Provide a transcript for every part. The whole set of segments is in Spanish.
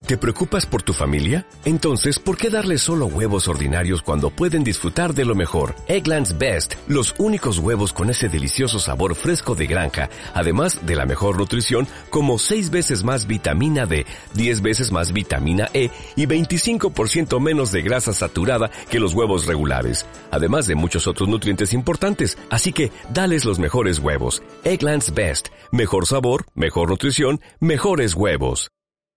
¿Te preocupas por tu familia? Entonces, ¿por qué darles solo huevos ordinarios cuando pueden disfrutar de lo mejor? Eggland's Best, los únicos huevos con ese delicioso sabor fresco de granja, además de la mejor nutrición, como 6 veces más vitamina D, 10 veces más vitamina E y 25% menos de grasa saturada que los huevos regulares, además de muchos otros nutrientes importantes. Así que, dales los mejores huevos. Eggland's Best, mejor sabor, mejor nutrición, mejores huevos.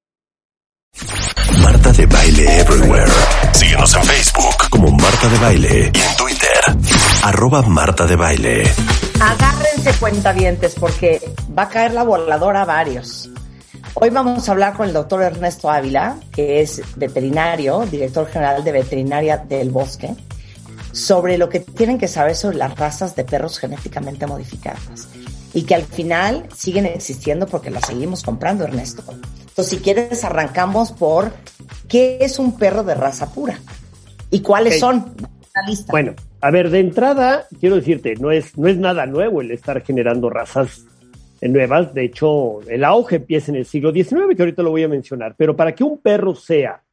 Marta de Baile Everywhere. Síguenos en Facebook como Marta de Baile y en Twitter @Marta de Baile. Agárrense, cuentavientes, porque va a caer la voladora a varios. Hoy vamos a hablar con el doctor Ernesto Ávila, que es veterinario, director general de Veterinaria del Bosque, sobre lo que tienen que saber sobre las razas de perros genéticamente modificadas y que al final siguen existiendo porque las seguimos comprando, Ernesto. Entonces, si quieres, arrancamos por ¿qué es un perro de raza pura? ¿Y cuáles son? La lista. Bueno, a ver, de entrada, quiero decirte, no es nada nuevo el estar generando razas nuevas. De hecho, el auge empieza en el siglo XIX, que ahorita lo voy a mencionar. Pero para que un perro sea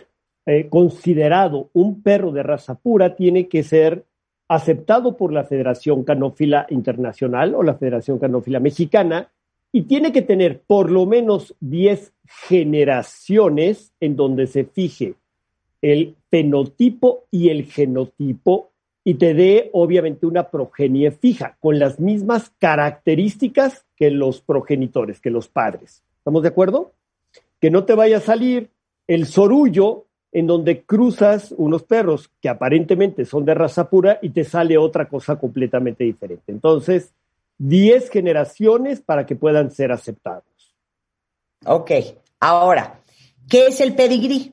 considerado un perro de raza pura, tiene que ser aceptado por la Federación Canófila Internacional o la Federación Canófila Mexicana, y tiene que tener por lo menos 10 generaciones en donde se fije el fenotipo y el genotipo y te dé obviamente una progenie fija con las mismas características que los progenitores, que los padres. ¿Estamos de acuerdo? Que no te vaya a salir el sorullo en donde cruzas unos perros que aparentemente son de raza pura y te sale otra cosa completamente diferente. Entonces, 10 generaciones para que puedan ser aceptados. Ok, ahora, ¿qué es el pedigrí?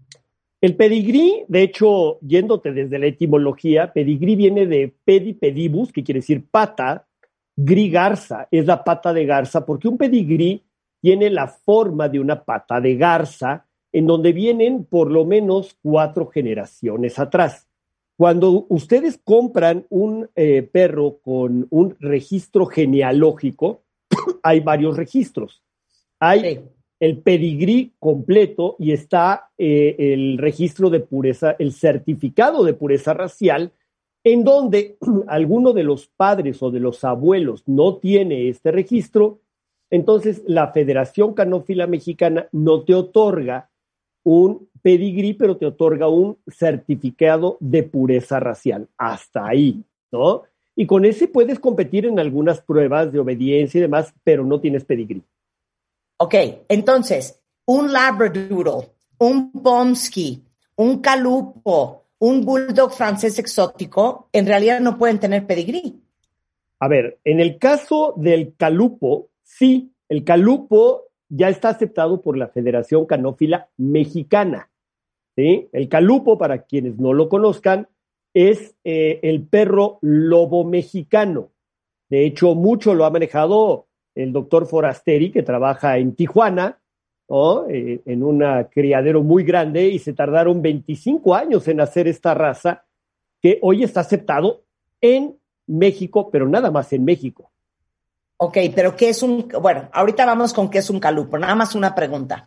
El pedigrí, de hecho, yéndote desde la etimología, pedigrí viene de pedibus, que quiere decir pata, garza, es la pata de garza, porque un pedigrí tiene la forma de una pata de garza, en donde vienen por lo menos 4 generaciones atrás. Cuando ustedes compran un perro con un registro genealógico, hay varios registros. Hay el pedigrí completo y está el registro de pureza, el certificado de pureza racial, en donde alguno de los padres o de los abuelos no tiene este registro. Entonces la Federación Canófila Mexicana no te otorga un pedigrí, pero te otorga un certificado de pureza racial. Hasta ahí, ¿no? Y con ese puedes competir en algunas pruebas de obediencia y demás, pero no tienes pedigrí. Ok, entonces, un Labradoodle, un Pomsky, un Calupo, un Bulldog francés exótico, en realidad no pueden tener pedigrí. A ver, en el caso del Calupo, sí, el Calupo ya está aceptado por la Federación Canófila Mexicana, ¿sí? El Calupo, para quienes no lo conozcan, es el perro lobo mexicano. De hecho, mucho lo ha manejado el doctor Forasteri, que trabaja en Tijuana, ¿no? En un criadero muy grande, y se tardaron 25 años en hacer esta raza, que hoy está aceptado en México, pero nada más en México. Ok, pero ¿qué es un...? Bueno, ahorita vamos con qué es un Calupo. Nada más una pregunta.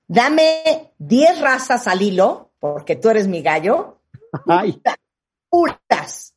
Dame 10 razas al hilo, porque tú eres mi gallo. Ay. Puras.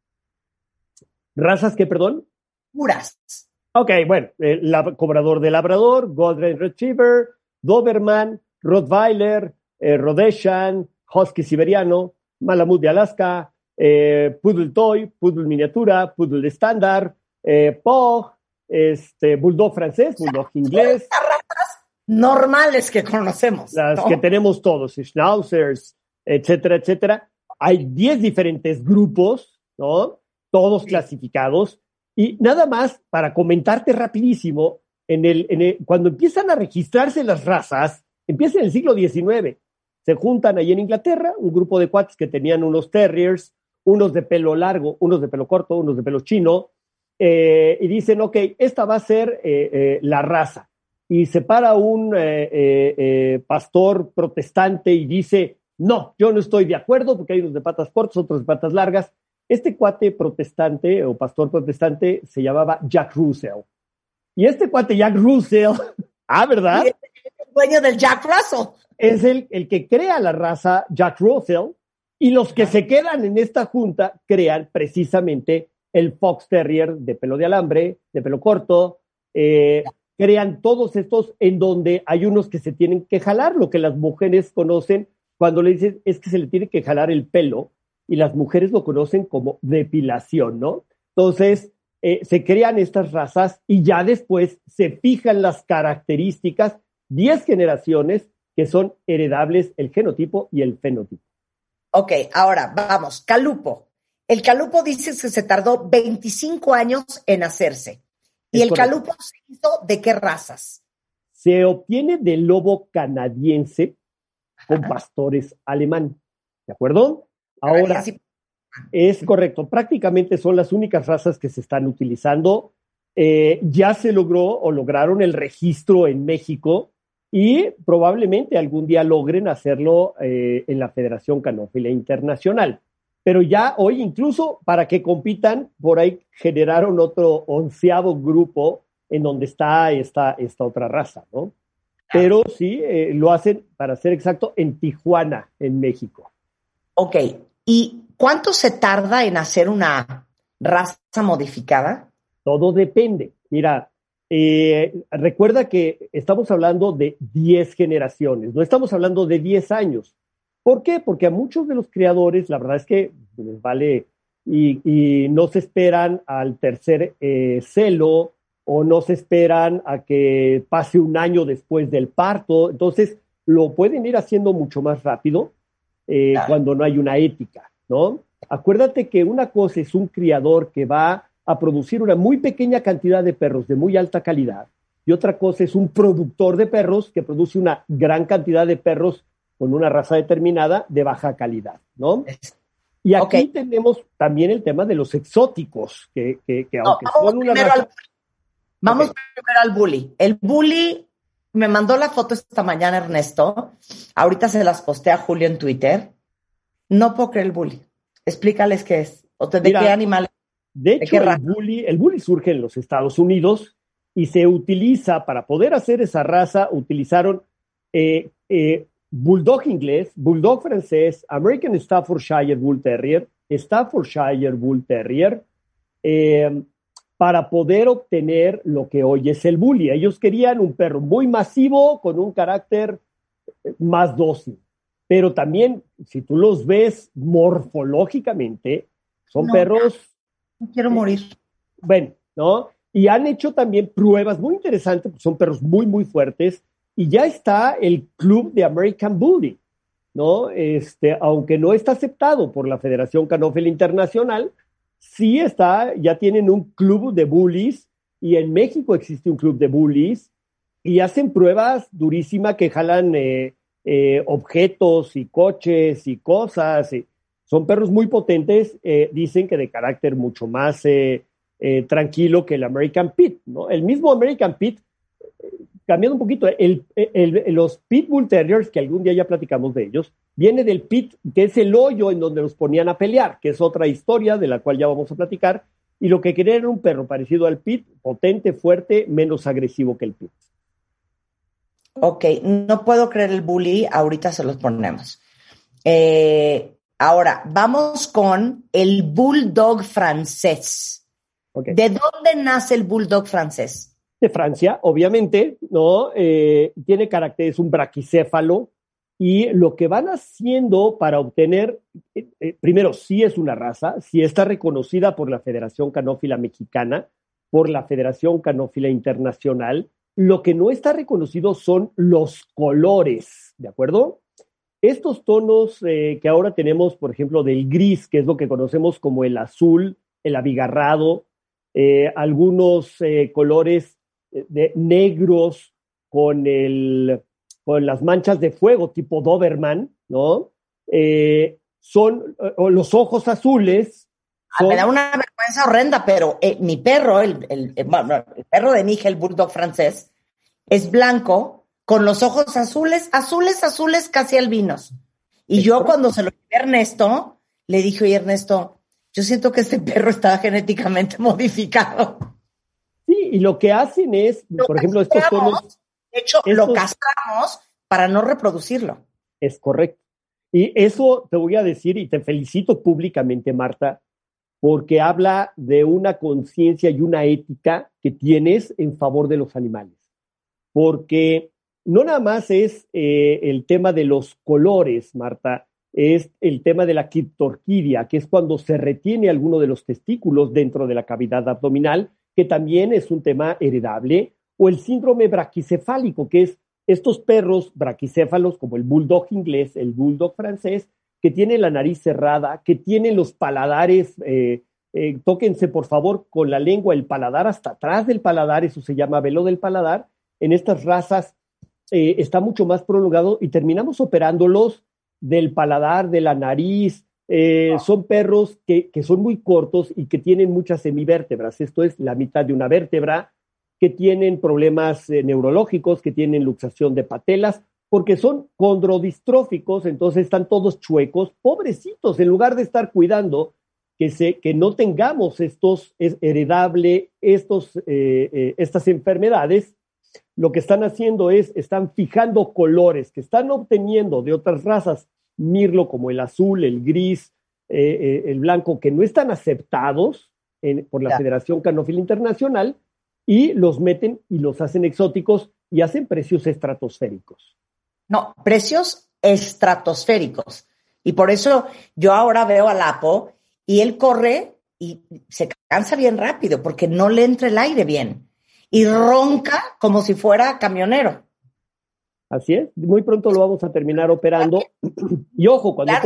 ¿Razas qué, perdón? Puras. Ok, bueno, cobrador de labrador, golden retriever, doberman, rottweiler, rhodesian, husky siberiano, malamut de Alaska, poodle toy, poodle miniatura, poodle estándar, pug, bulldog francés, bulldog inglés. Las razas normales que conocemos, Las ¿no? que tenemos todos, schnauzers, etcétera, etcétera. Hay 10 diferentes grupos, ¿no? Todos clasificados. Y nada más para comentarte rapidísimo, cuando empiezan a registrarse las razas, empieza en el siglo XIX. Se juntan ahí en Inglaterra un grupo de cuates que tenían unos terriers, unos de pelo largo, unos de pelo corto, unos de pelo chino, y dicen, ok, esta va a ser la raza. Y se para un pastor protestante y dice, no, yo no estoy de acuerdo porque hay unos de patas cortas, otros de patas largas. Este cuate protestante o pastor protestante se llamaba Jack Russell. Y este cuate Jack Russell, ¿verdad? Y es el dueño del Jack Russell. es el que crea la raza Jack Russell, y los que se quedan en esta junta crean precisamente el Fox Terrier de pelo de alambre, de pelo corto, crean todos estos en donde hay unos que se tienen que jalar, lo que las mujeres conocen cuando le dicen es que se le tiene que jalar el pelo, y las mujeres lo conocen como depilación, ¿no? Entonces, se crean estas razas y ya después se fijan las características, 10 generaciones que son heredables, el genotipo y el fenotipo. Ok, ahora vamos, calupo. El calupo dice que se tardó 25 años en hacerse. ¿Y el calupo se hizo de qué razas? Se obtiene del lobo canadiense con pastores alemán, ¿de acuerdo? Ahora, es correcto, prácticamente son las únicas razas que se están utilizando. Ya se lograron el registro en México y probablemente algún día logren hacerlo en la Federación Canófila Internacional. Pero ya hoy, incluso para que compitan, por ahí generaron otro 11º grupo en donde está esta otra raza, ¿no? Pero sí, lo hacen, para ser exacto, en Tijuana, en México. Ok, ¿y cuánto se tarda en hacer una raza modificada? Todo depende. Mira, recuerda que estamos hablando de 10 generaciones, no estamos hablando de 10 años. ¿Por qué? Porque a muchos de los criadores, la verdad es que les vale y no se esperan al tercer celo, o no se esperan a que pase un año después del parto. Entonces, lo pueden ir haciendo mucho más rápido cuando no hay una ética, ¿no? Acuérdate que una cosa es un criador que va a producir una muy pequeña cantidad de perros de muy alta calidad, y otra cosa es un productor de perros que produce una gran cantidad de perros con una raza determinada de baja calidad, ¿no? Y aquí tenemos también el tema de los exóticos, que aunque son una raza... Vamos primero al bully. El bully me mandó la foto esta mañana, Ernesto. Ahorita se las posté a Julio en Twitter. No puedo creer el bully. Explícales qué es. ¿De qué animal? De hecho, el bully surge en los Estados Unidos y se utiliza, para poder hacer esa raza, utilizaron bulldog inglés, bulldog francés, American Staffordshire Bull Terrier, Staffordshire Bull Terrier, para poder obtener lo que hoy es el bully. Ellos querían un perro muy masivo, con un carácter más dócil. Pero también, si tú los ves morfológicamente, son perros... No quiero morir. Bueno, ¿no? Y han hecho también pruebas muy interesantes, son perros muy, muy fuertes, y ya está el club de American Bully, ¿no? Aunque no está aceptado por la Federación Canófila Internacional, sí está, ya tienen un club de bullies, y en México existe un club de bullies, y hacen pruebas durísimas que jalan objetos y coches y cosas. Son perros muy potentes, dicen que de carácter mucho más tranquilo que el American Pit, ¿no? El mismo American Pit, cambiando un poquito, los Pit Bull Terriers, que algún día ya platicamos de ellos, viene del pit, que es el hoyo en donde los ponían a pelear, que es otra historia de la cual ya vamos a platicar, y lo que querían era un perro parecido al pit, potente, fuerte, menos agresivo que el pit. Ok, no puedo creer el bully, ahorita se los ponemos. Ahora, vamos con el bulldog francés. Okay. ¿De dónde nace el bulldog francés? De Francia, obviamente, ¿no? Tiene carácter, es un braquicéfalo, y lo que van haciendo para obtener, primero, sí es una raza, sí está reconocida por la Federación Canófila Mexicana, por la Federación Canófila Internacional. Lo que no está reconocido son los colores, ¿de acuerdo? Estos tonos que ahora tenemos, por ejemplo, del gris, que es lo que conocemos como el azul, el abigarrado, algunos colores de negros con las manchas de fuego tipo Doberman, ¿no? Son los ojos azules. Me da una vergüenza horrenda, pero mi perro, el perro de mi hija, el bulldog francés, es blanco con los ojos azules, casi albinos. Y yo cuando se lo dije a Ernesto, le dije, oye, Ernesto, yo siento que este perro está genéticamente modificado. Sí, y lo que hacen es, por ejemplo, estos tonos... De hecho, lo castramos para no reproducirlo. Es correcto. Y eso te voy a decir y te felicito públicamente, Marta, porque habla de una conciencia y una ética que tienes en favor de los animales. Porque no nada más es el tema de los colores, Marta, es el tema de la criptorquidia, que es cuando se retiene alguno de los testículos dentro de la cavidad abdominal, que también es un tema heredable, o el síndrome braquicefálico, que es estos perros braquicéfalos, como el bulldog inglés, el bulldog francés, que tienen la nariz cerrada, que tienen los paladares, tóquense por favor con la lengua el paladar hasta atrás del paladar, eso se llama velo del paladar. En estas razas está mucho más prolongado y terminamos operándolos del paladar, de la nariz. Son perros que son muy cortos y que tienen muchas semivértebras, esto es la mitad de una vértebra, que tienen problemas neurológicos, que tienen luxación de patelas, porque son condrodistróficos, entonces están todos chuecos, pobrecitos, en lugar de estar cuidando que no tengamos estas enfermedades, lo que están haciendo están fijando colores que están obteniendo de otras razas, mirlo como el azul, el gris, el blanco, que no están aceptados por la Federación Canófila Internacional, y los meten y los hacen exóticos y hacen precios estratosféricos. No, precios estratosféricos. Y por eso yo ahora veo a Lapo y él corre y se cansa bien rápido porque no le entra el aire bien. Y ronca como si fuera camionero. Así es. Muy pronto lo vamos a terminar operando. Y ojo, cuando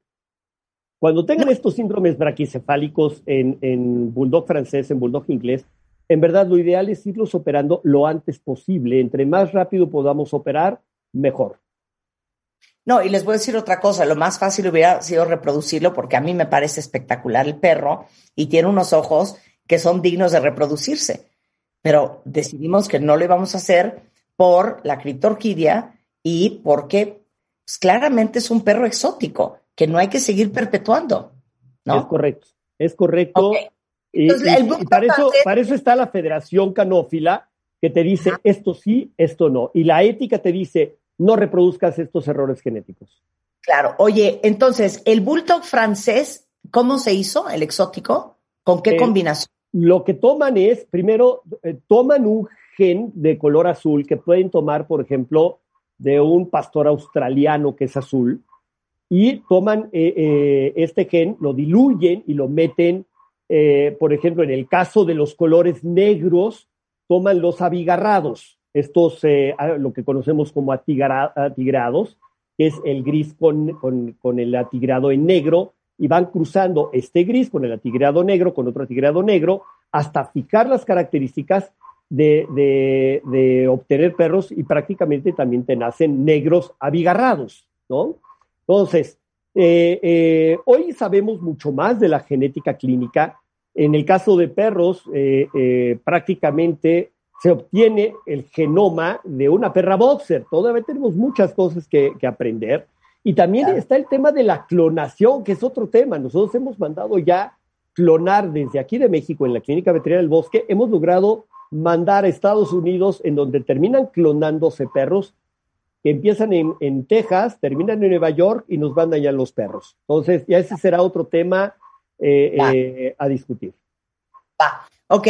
tengan estos síndromes braquicefálicos en bulldog francés, en bulldog inglés, en verdad lo ideal es irlos operando lo antes posible. Entre más rápido podamos operar, mejor. No, y les voy a decir otra cosa, lo más fácil hubiera sido reproducirlo porque a mí me parece espectacular el perro y tiene unos ojos que son dignos de reproducirse, pero decidimos que no lo íbamos a hacer por la criptorquidia y porque pues, claramente es un perro exótico que no hay que seguir perpetuando, ¿no? Es correcto. Okay. Entonces, y para eso está la Federación Canófila, que te dice esto sí, esto no. Y la ética te dice, no reproduzcas estos errores genéticos. Claro. Oye, entonces, ¿el bulldog francés, cómo se hizo, el exótico? ¿Con qué combinación? Lo que toman es, primero, toman un gen de color azul que pueden tomar, por ejemplo, de un pastor australiano que es azul, y toman este gen, lo diluyen y lo meten, por ejemplo, en el caso de los colores negros, toman los abigarrados, estos, lo que conocemos como atigrados, que es el gris con el atigrado en negro, y van cruzando este gris con el atigrado negro, con otro atigrado negro, hasta fijar las características de obtener perros, y prácticamente también te nacen negros abigarrados, ¿no? Entonces, hoy sabemos mucho más de la genética clínica. En el caso de perros, prácticamente se obtiene el genoma de una perra boxer. Todavía tenemos muchas cosas que aprender. Y también está el tema de la clonación, que es otro tema. Nosotros hemos mandado ya clonar desde aquí de México, en la Clínica Veterinaria del Bosque. Hemos logrado mandar a Estados Unidos, en donde terminan clonándose perros, que empiezan en Texas, terminan en Nueva York y nos mandan ya los perros. Entonces, ya ese será otro tema a discutir. Ok.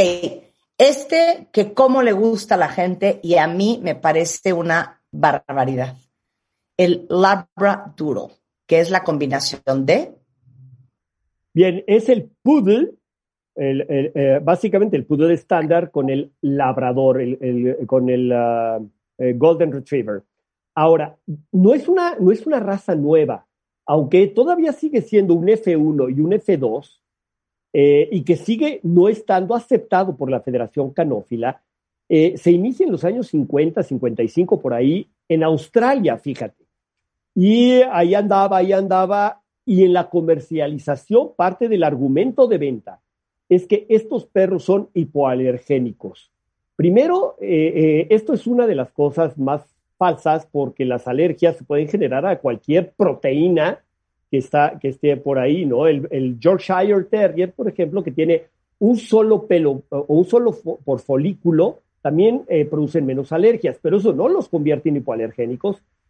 Que cómo le gusta a la gente y a mí me parece una barbaridad. El Labradoodle, que es la combinación de... Bien, es el poodle, básicamente el poodle estándar con el labrador, con el golden retriever. Ahora, no es una raza nueva, aunque todavía sigue siendo un F1 y un F2, y que sigue no estando aceptado por la Federación Canófila. Se inicia en los años 50, 55, por ahí, en Australia, fíjate. Y ahí andaba, y en la comercialización, parte del argumento de venta es que estos perros son hipoalergénicos. Primero, esto es una de las cosas más falsas, porque las alergias se pueden generar a cualquier proteína que esté por ahí, ¿no? El Yorkshire Terrier, por ejemplo, que tiene un solo pelo o un solo por folículo, también producen menos alergias, pero eso no los convierte en hipoalergénicos.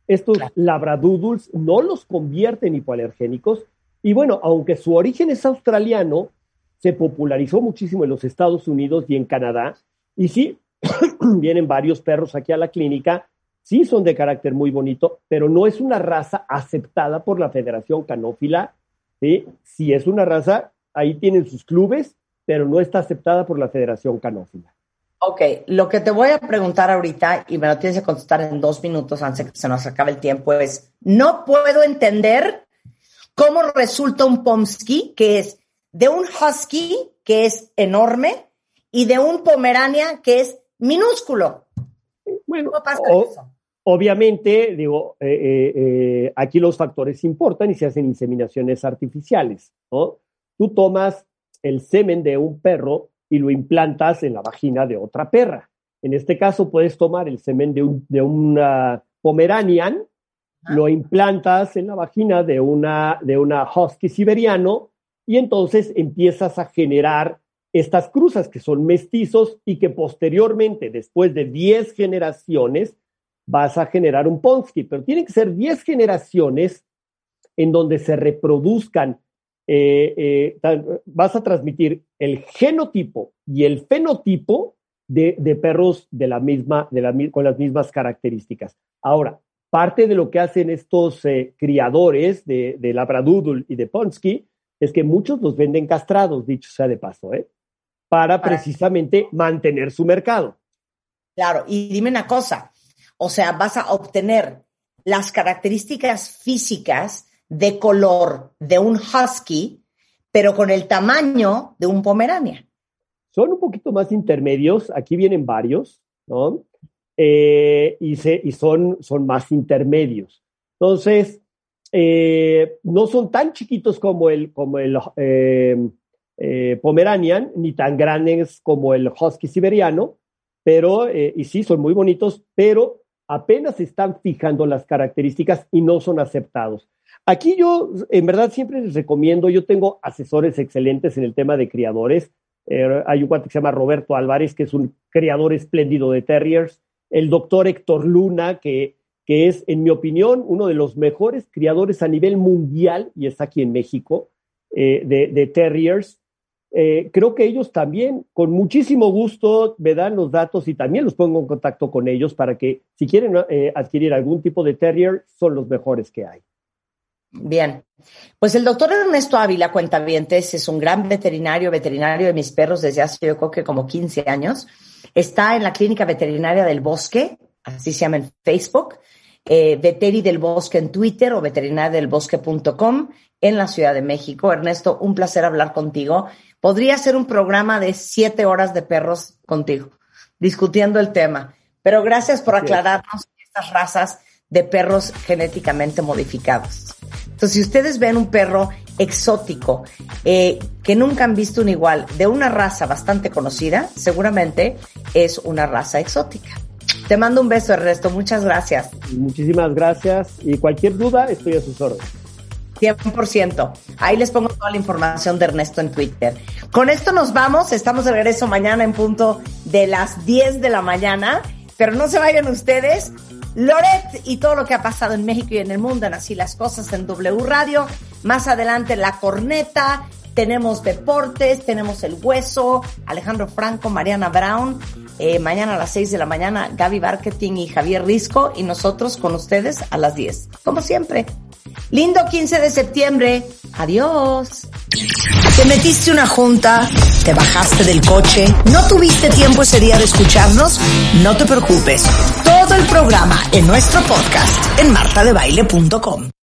estos labradoodles no los convierte en hipoalergénicos. Y bueno, aunque su origen es australiano, se popularizó muchísimo en los Estados Unidos y en Canadá. Y sí, vienen varios perros aquí a la clínica, sí son de carácter muy bonito, pero no es una raza aceptada por la Federación Canófila, ¿sí? Si es una raza, ahí tienen sus clubes, pero no está aceptada por la Federación Canófila. Ok, lo que te voy a preguntar ahorita, y me lo tienes que contestar en 2 minutos antes de que se nos acabe el tiempo, es, no puedo entender cómo resulta un Pomsky, que es de un Husky, que es enorme, y de un Pomerania, que es minúsculo. Bueno, ¿cómo pasa eso? Obviamente, digo, aquí los factores importan y se hacen inseminaciones artificiales, ¿no? Tú tomas el semen de un perro y lo implantas en la vagina de otra perra. En este caso, puedes tomar el semen de una Pomeranian, lo implantas en la vagina de una Husky siberiano y entonces empiezas a generar estas cruzas que son mestizos y que posteriormente, después de 10 generaciones, vas a generar un Pomsky. Pero tienen que ser 10 generaciones en donde se reproduzcan. Vas a transmitir el genotipo y el fenotipo de perros con las mismas características. Ahora, parte de lo que hacen estos criadores de labradoodle y de Pomsky es que muchos los venden castrados, dicho sea de paso, para precisamente mantener su mercado. Claro, y dime una cosa, o sea, vas a obtener las características físicas de color de un Husky, pero con el tamaño de un Pomerania. Son un poquito más intermedios, aquí vienen varios, ¿no? Y son más intermedios. Entonces, no son tan chiquitos como el Pomeranian, ni tan grandes como el Husky siberiano, pero, y sí, son muy bonitos, pero apenas se están fijando las características y no son aceptados. Aquí yo, en verdad, siempre les recomiendo, yo tengo asesores excelentes en el tema de criadores. Hay un cuate que se llama Roberto Álvarez, que es un criador espléndido de terriers. El doctor Héctor Luna, que es, en mi opinión, uno de los mejores criadores a nivel mundial, y está aquí en México, de terriers. Creo que ellos también, con muchísimo gusto, me dan los datos y también los pongo en contacto con ellos para que, si quieren adquirir algún tipo de terrier, son los mejores que hay. Bien, pues el doctor Ernesto Ávila, cuentavientes, es un gran veterinario de mis perros desde hace yo creo que como 15 años. Está en la Clínica Veterinaria del Bosque, así se llama en Facebook, Veteri del Bosque en Twitter o veterinariadelbosque.com en la Ciudad de México. Ernesto, un placer hablar contigo. Podría ser un programa de 7 horas de perros contigo, discutiendo el tema. Pero gracias por aclararnos estas razas de perros genéticamente modificados. Entonces, si ustedes ven un perro exótico que nunca han visto un igual de una raza bastante conocida, seguramente es una raza exótica. Te mando un beso, Ernesto. Muchas gracias. Muchísimas gracias. Y cualquier duda, estoy a sus órdenes. 100%. Ahí les pongo toda la información de Ernesto en Twitter. Con esto nos vamos. Estamos de regreso mañana en punto de las 10 de la mañana. Pero no se vayan ustedes. Loret y todo lo que ha pasado en México y en el mundo en Así las Cosas en W Radio. Más adelante La Corneta, tenemos deportes, tenemos El Hueso, Alejandro Franco, Mariana Brown. Mañana a las 6 de la mañana Gaby Marketing y Javier Risco y nosotros con ustedes a las 10. Como siempre. Lindo 15 de septiembre. Adiós. Te metiste una junta, te bajaste del coche, no tuviste tiempo ese día de escucharnos, no te preocupes. Todo el programa en nuestro podcast en martadebaile.com.